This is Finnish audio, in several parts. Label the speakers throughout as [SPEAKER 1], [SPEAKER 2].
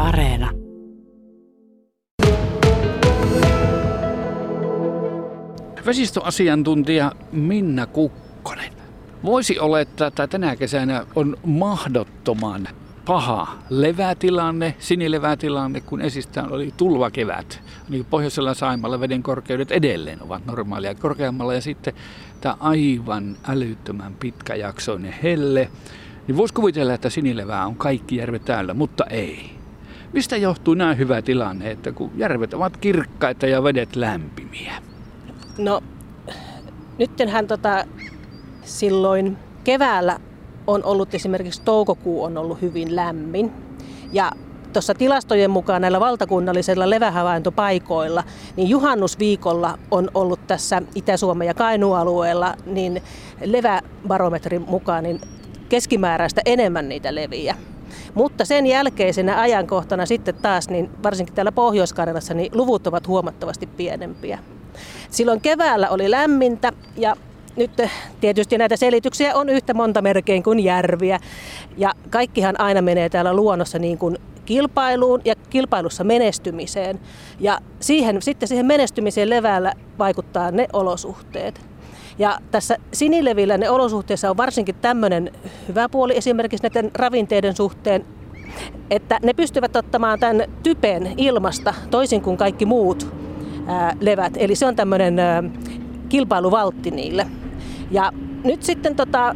[SPEAKER 1] Areena.
[SPEAKER 2] Vesistöasiantuntija Minna Kukkonen. Voisi olettaa, että tänä kesänä on mahdottoman paha levätilanne, sinilevätilanne, kun esistään oli tulvakevät. Niin Pohjoisella Saimaalla veden korkeudet edelleen ovat normaalia korkeammalla ja sitten tämä aivan älyttömän pitkäjaksoinen helle. Niin voisi kuvitella, että sinilevää on kaikki järvet täynnä, mutta ei. Mistä johtuu näin hyvä tilanne, että kun järvet ovat kirkkaita ja vedet lämpimiä?
[SPEAKER 3] No, nyttenhän silloin keväällä on ollut esimerkiksi toukokuu on ollut hyvin lämmin. Ja tuossa tilastojen mukaan näillä valtakunnallisilla levähavaintopaikoilla, niin juhannusviikolla on ollut tässä Itä-Suomen ja Kainuun-alueella niin leväbarometrin mukaan niin keskimääräistä enemmän niitä leviä. Mutta sen jälkeisenä ajankohtana sitten taas, niin varsinkin täällä Pohjois-Karjalassa, niin luvut ovat huomattavasti pienempiä. Silloin keväällä oli lämmintä ja nyt tietysti näitä selityksiä on yhtä monta melkein kuin järviä. Ja kaikkihan aina menee täällä luonnossa niin kuin kilpailuun ja kilpailussa menestymiseen. Ja siihen menestymiseen leväällä vaikuttaa ne olosuhteet. Ja tässä sinilevillä ne olosuhteissa on varsinkin tämmöinen hyvä puoli esimerkiksi näiden ravinteiden suhteen, että ne pystyvät ottamaan tämän typen ilmasta toisin kuin kaikki muut levät. Eli se on tämmöinen kilpailuvaltti niille. Ja nyt sitten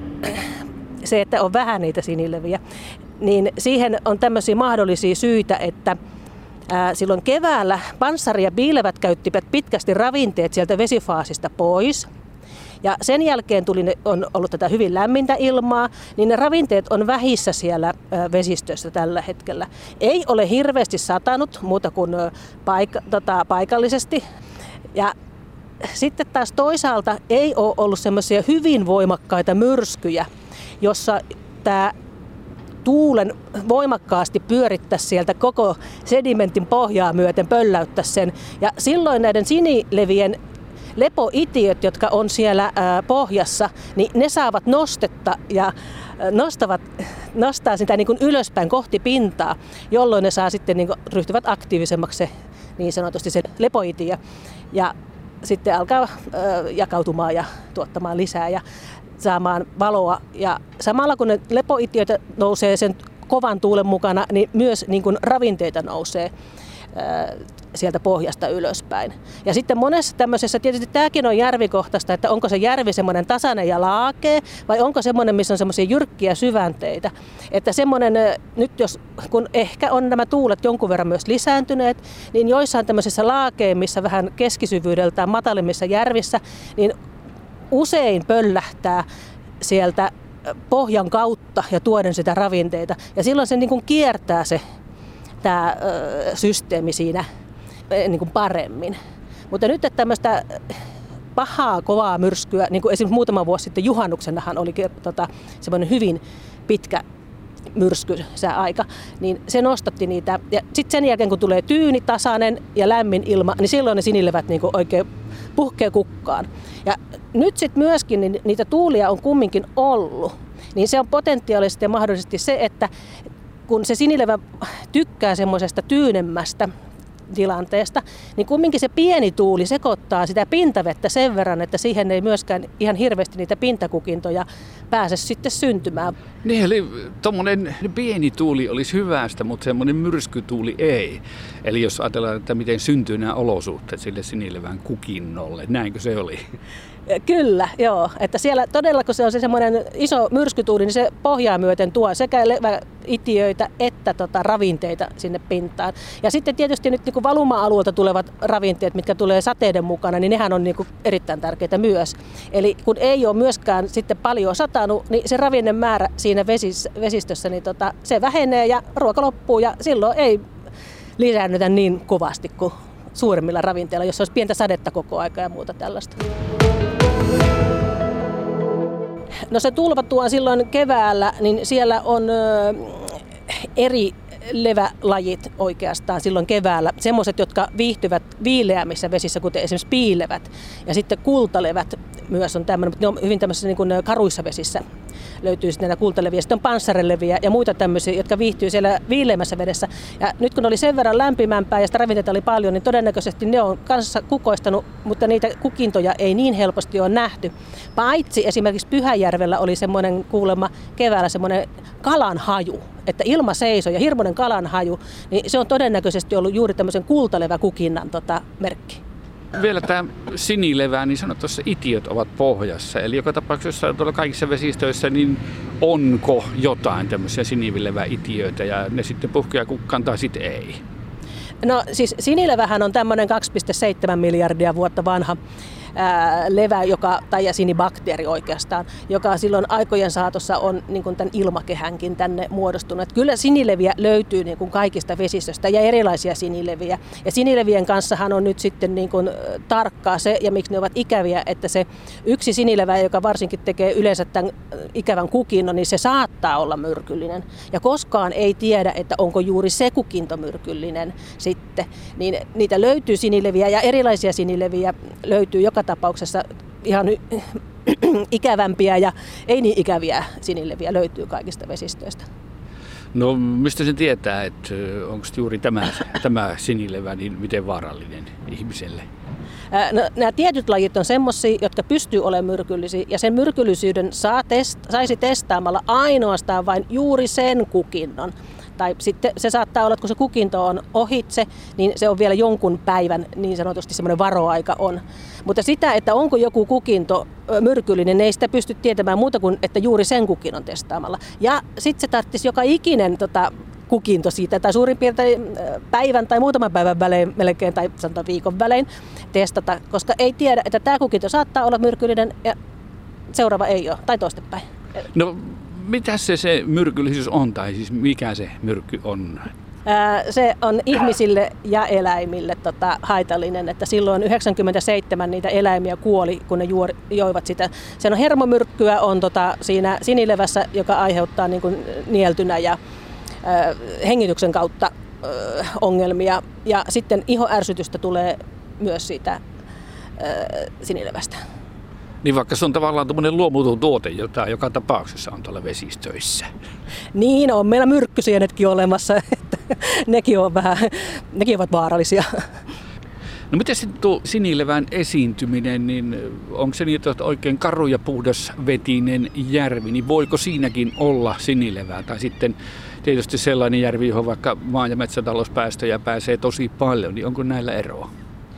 [SPEAKER 3] se, että on vähän niitä sinileviä, niin siihen on tämmöisiä mahdollisia syitä, että silloin keväällä panssari ja piilevät käyttivät pitkästi ravinteet sieltä vesifaasista pois. Ja sen jälkeen on ollut tätä hyvin lämmintä ilmaa, niin ne ravinteet on vähissä siellä vesistössä tällä hetkellä. Ei ole hirveästi satanut muuta kuin paikallisesti. Ja sitten taas toisaalta ei ole ollut semmoisia hyvin voimakkaita myrskyjä, jossa tämä tuulen voimakkaasti pyörittäisi sieltä koko sedimentin pohjaa myöten, pölläyttäisi sen. Ja silloin näiden sinilevien lepoitiöt, jotka on siellä pohjassa, niin ne saavat nostetta ja nostaa sitä niin kuin ylöspäin kohti pintaa, jolloin ne saa sitten niin kuin ryhtyvät aktiivisemmaksi se, niin sanotusti se lepoitiö. Ja sitten alkaa jakautumaan ja tuottamaan lisää ja saamaan valoa. Ja samalla kun ne lepoitiöitä nousee sen kovan tuulen mukana, niin myös niin kuin ravinteita nousee sieltä pohjasta ylöspäin. Ja sitten monessa tämmöisessä, tietysti tämäkin on järvikohtaista, että onko se järvi semmoinen tasainen ja laakea, vai onko semmoinen, missä on semmoisia jyrkkiä syvänteitä. Että semmoinen, nyt kun ehkä on nämä tuulet jonkun verran myös lisääntyneet, niin joissain tämmöisissä laakeimmissa, vähän keskisyvyydeltään matalimmissa järvissä, niin usein pöllähtää sieltä pohjan kautta ja tuoden sitä ravinteita. Ja silloin se niin kuin kiertää tämä systeemi siinä niin kuin paremmin. Mutta nyt että tämmöistä pahaa, kovaa myrskyä, niin kuin esimerkiksi muutama vuosi sitten juhannuksenahan oli semmoinen hyvin pitkä myrsky se aika, niin se nostatti niitä. Ja sitten sen jälkeen, kun tulee tyyni, tasainen ja lämmin ilma, niin silloin ne sinilevät niin kuin oikein puhkee kukkaan. Ja nyt sitten myöskin niin niitä tuulia on kumminkin ollut, niin se on potentiaalisesti ja mahdollisesti se, että kun se sinilevä tykkää semmoisesta tyynemmästä tilanteesta, niin kumminkin se pieni tuuli sekoittaa sitä pintavettä sen verran, että siihen ei myöskään ihan hirveästi niitä pintakukintoja pääse sitten syntymään.
[SPEAKER 2] Niin, eli tuommoinen pieni tuuli olisi hyvästä, mutta semmoinen myrskytuuli ei. Eli jos ajatellaan, että miten syntyy nämä olosuhteet sille sinilevän kukinnolle, näinkö se oli?
[SPEAKER 3] Kyllä, joo. Että siellä todella, kun se on se semmoinen iso myrskytuuli, niin se pohjaa myöten tuo sekä leväitiöitä että ravinteita sinne pintaan. Ja sitten tietysti nyt niin valuma-alueelta tulevat ravinteet, mitkä tulee sateiden mukana, niin nehän on niin kuin erittäin tärkeitä myös. Eli kun ei ole myöskään sitten paljon satanut, niin se ravinnemäärä siinä vesistössä, niin se vähenee ja ruoka loppuu ja silloin ei lisäännytä niin kovasti kuin suuremmilla ravinteilla, jos olisi pientä sadetta koko aika ja muuta tällaista. No se tulvatuo silloin keväällä, niin siellä on eri levälajit oikeastaan silloin keväällä. Semmoiset, jotka viihtyvät viileämmissä vesissä, kuten esimerkiksi piilevät ja sitten kultalevät myös on tämmöinen, mutta ne on hyvin tämmöisissä niin kuin karuissa vesissä. Löytyy sitten näitä kultaleviä, sitten on panssareleviä ja muita tämmöisiä, jotka viihtyy siellä viileämmässä vedessä. Ja nyt kun oli sen verran lämpimämpää ja sitä ravinteita oli paljon, niin todennäköisesti ne on kanssa kukoistanut, mutta niitä kukintoja ei niin helposti ole nähty. Paitsi esimerkiksi Pyhäjärvellä oli semmoinen kuulemma keväällä semmoinen kalanhaju, että ilma seisoi ja hirmuinen kalanhaju, niin se on todennäköisesti ollut juuri tämmöisen kultaleväkukinnan merkki.
[SPEAKER 2] Vielä tämä sinilevä, niin sanot tuossa itiöt ovat pohjassa. Eli joka tapauksessa tuolla kaikissa vesistöissä, niin onko jotain tämmöisiä sinileväitiöitä ja ne sitten puhkeaa kukkaan tai sitten ei?
[SPEAKER 3] No siis sinilevähän on tämmöinen 2,7 miljardia vuotta vanha levä, tai sinibakteeri oikeastaan, joka silloin aikojen saatossa on niin kuin tämän ilmakehänkin tänne muodostunut. Että kyllä sinileviä löytyy niin kuin kaikista vesistöistä ja erilaisia sinileviä. Ja sinilevien kanssahan on nyt sitten niin kuin tarkkaa se, ja miksi ne ovat ikäviä, että se yksi sinilevä, joka varsinkin tekee yleensä tämän ikävän kukinnon, niin se saattaa olla myrkyllinen. Ja koskaan ei tiedä, että onko juuri se kukinto myrkyllinen sitten. Niin niitä löytyy sinileviä ja erilaisia sinileviä löytyy joka tapauksessa ihan ikävämpiä ja ei niin ikäviä sinileviä löytyy kaikista vesistöistä.
[SPEAKER 2] No mistä sen tietää, että onko juuri tämä sinilevä niin miten vaarallinen ihmiselle?
[SPEAKER 3] No, nämä tietyt lajit on semmoisia, jotka pystyy olemaan myrkyllisiä ja sen myrkyllisyyden saisi testaamalla ainoastaan vain juuri sen kukinnon. Tai sitten se saattaa olla, että kun se kukinto on ohitse, niin se on vielä jonkun päivän niin sanotusti semmoinen varoaika on. Mutta sitä, että onko joku kukinto myrkyllinen, ei sitä pysty tietämään muuta kuin, että juuri sen kukinnon testaamalla. Ja sitten se tarvitsisi joka ikinen kukinto siitä, tai suurin piirtein päivän tai muutaman päivän välein melkein, tai sanotaan viikon välein testata, koska ei tiedä, että tämä kukinto saattaa olla myrkyllinen ja seuraava ei ole, tai toistepäin.
[SPEAKER 2] No, mitä se myrkyllisyys on, tai siis mikä se myrkky on?
[SPEAKER 3] Se on ihmisille ja eläimille haitallinen, että silloin 97 niitä eläimiä kuoli, kun ne joivat sitä. Sen on hermomyrkkyä on siinä sinilevässä, joka aiheuttaa niin kuin nieltynä ja hengityksen kautta ongelmia. Ja sitten ihoärsytystä tulee myös siitä sinilevästä.
[SPEAKER 2] Niin vaikka se on tavallaan tuommoinen luomuton tuote, jota joka tapauksessa on tuolla vesistöissä.
[SPEAKER 3] Niin, on meillä myrkkysienetkin olemassa, että nekin ovat vaarallisia.
[SPEAKER 2] No miten sitten tuo sinilevän esiintyminen, niin onko se niin, että oikein karu ja puhdas vetinen järvi, niin voiko siinäkin olla sinilevää? Tai sitten tietysti sellainen järvi, johon vaikka maa- ja metsätalouspäästöjä pääsee tosi paljon, niin onko näillä eroa?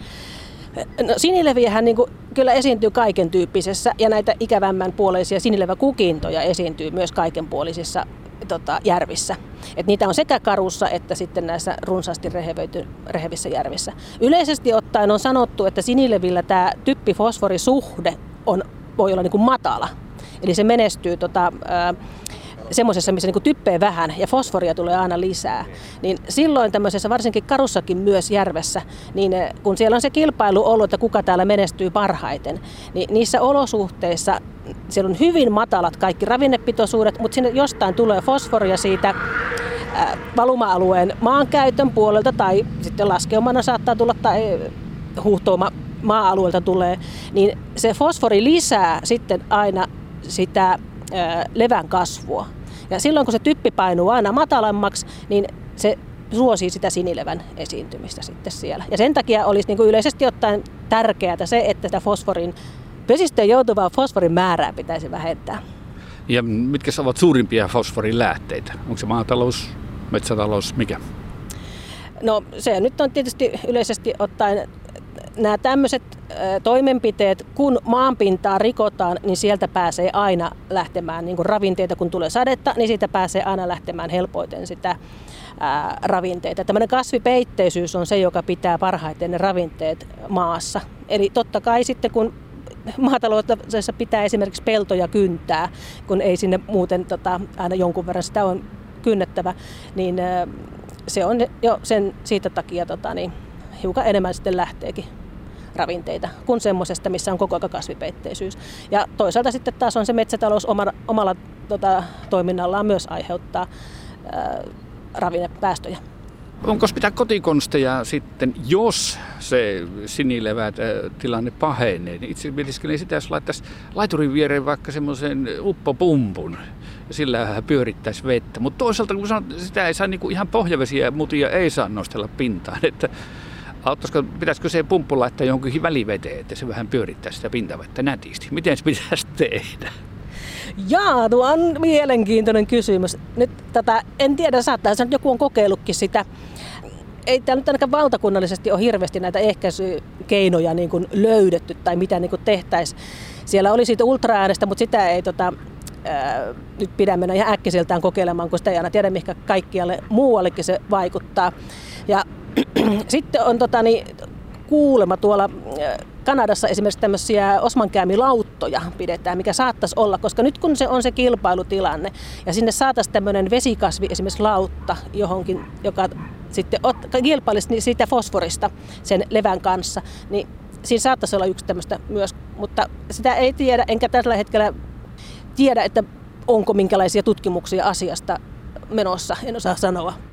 [SPEAKER 3] No, sinileviähän niin kuin kyllä esiintyy kaiken tyyppisessä ja näitä ikävämmän puoleisia sinileväkukintoja esiintyy myös kaikenpuolisissa järvissä. Et niitä on sekä karussa että sitten näissä runsaasti rehevissä järvissä. Yleisesti ottaen on sanottu, että sinilevillä tämä typpi-fosforisuhde voi olla niin kuin matala. Eli se menestyy semmoisessa, missä niin typpeä vähän ja fosforia tulee aina lisää, niin silloin tämmöisessä varsinkin karussakin myös järvessä, niin kun siellä on se kilpailu ollut, että kuka täällä menestyy parhaiten, niin niissä olosuhteissa siellä on hyvin matalat kaikki ravinnepitoisuudet, mutta sinne jostain tulee fosforia siitä valuma-alueen maankäytön puolelta tai sitten laskeumana saattaa tulla tai huuhtouma maa-alueelta tulee, niin se fosfori lisää sitten aina sitä levän kasvua. Ja silloin kun se typpi painuu aina matalammaksi, niin se suosii sitä sinilevän esiintymistä sitten siellä. Ja sen takia olisi niin kuin yleisesti ottaen tärkeää se, että sitä vesistöön joutuvaa fosforin määrää pitäisi vähentää.
[SPEAKER 2] Ja mitkä ovat suurimpia fosforin lähteitä? Onko se maatalous, metsätalous, mikä?
[SPEAKER 3] No se nyt on tietysti yleisesti ottaen nämä tämmöiset toimenpiteet, kun maanpintaa rikotaan, niin sieltä pääsee aina lähtemään niin kuin ravinteita, kun tulee sadetta, niin siitä pääsee aina lähtemään helpoiten sitä ravinteita. Tämmöinen kasvipeitteisyys on se, joka pitää parhaiten ne ravinteet maassa. Eli totta kai sitten, kun maataloudessa pitää esimerkiksi peltoja kyntää, kun ei sinne muuten aina jonkun verran sitä on kynnettävä, niin se on jo siitä takia hiukan enemmän sitten lähteekin ravinteita kuin semmoisesta, missä on koko ajan kasvipeitteisyys. Ja toisaalta sitten taas on se metsätalous omalla toiminnallaan myös aiheuttaa ravinnepäästöjä.
[SPEAKER 2] Onko mitään kotikonsteja sitten, jos se sinilevätilanne pahenee? Niin itse mietiskelin sitä, jos laittaisi laiturin viereen vaikka semmoisen uppopumpun ja sillä vähän pyörittäisi vettä. Mutta toisaalta kun sanot, sitä ei saa niinku ihan pohjavesiä ja mutia ei saa nostella pintaan. Että pitäisikö se pumppu laittaa jonkin väliveteen, että se vähän pyörittää sitä pintavettä nätisti? Miten se pitäisi tehdä?
[SPEAKER 3] Jaa, tuo on mielenkiintoinen kysymys. Nyt en tiedä, saattaa sanoa, että joku on kokeillutkin sitä. Ei täällä nyt ainakaan valtakunnallisesti ole hirveästi näitä ehkäisykeinoja niin kuin löydetty tai mitä niin kuin tehtäisiin. Siellä oli siitä ultraäänestä, mutta sitä ei nyt pidä mennä ihan äkkiseltään kokeilemaan, kun sitä ei aina tiedä, mihinkä kaikkialle muuallekin se vaikuttaa. Ja sitten on kuulemma tuolla Kanadassa esimerkiksi tämmöisiä osmankäämilauttoja pidetään, mikä saattaisi olla, koska nyt kun se on se kilpailutilanne ja sinne saataisiin tämmöinen vesikasvi, esimerkiksi lautta johonkin, joka sitten kilpailisi siitä fosforista sen levän kanssa, niin siinä saattaisi olla yksi tämmöistä myös, mutta sitä ei tiedä, enkä tällä hetkellä tiedä, että onko minkälaisia tutkimuksia asiasta menossa, en osaa sanoa.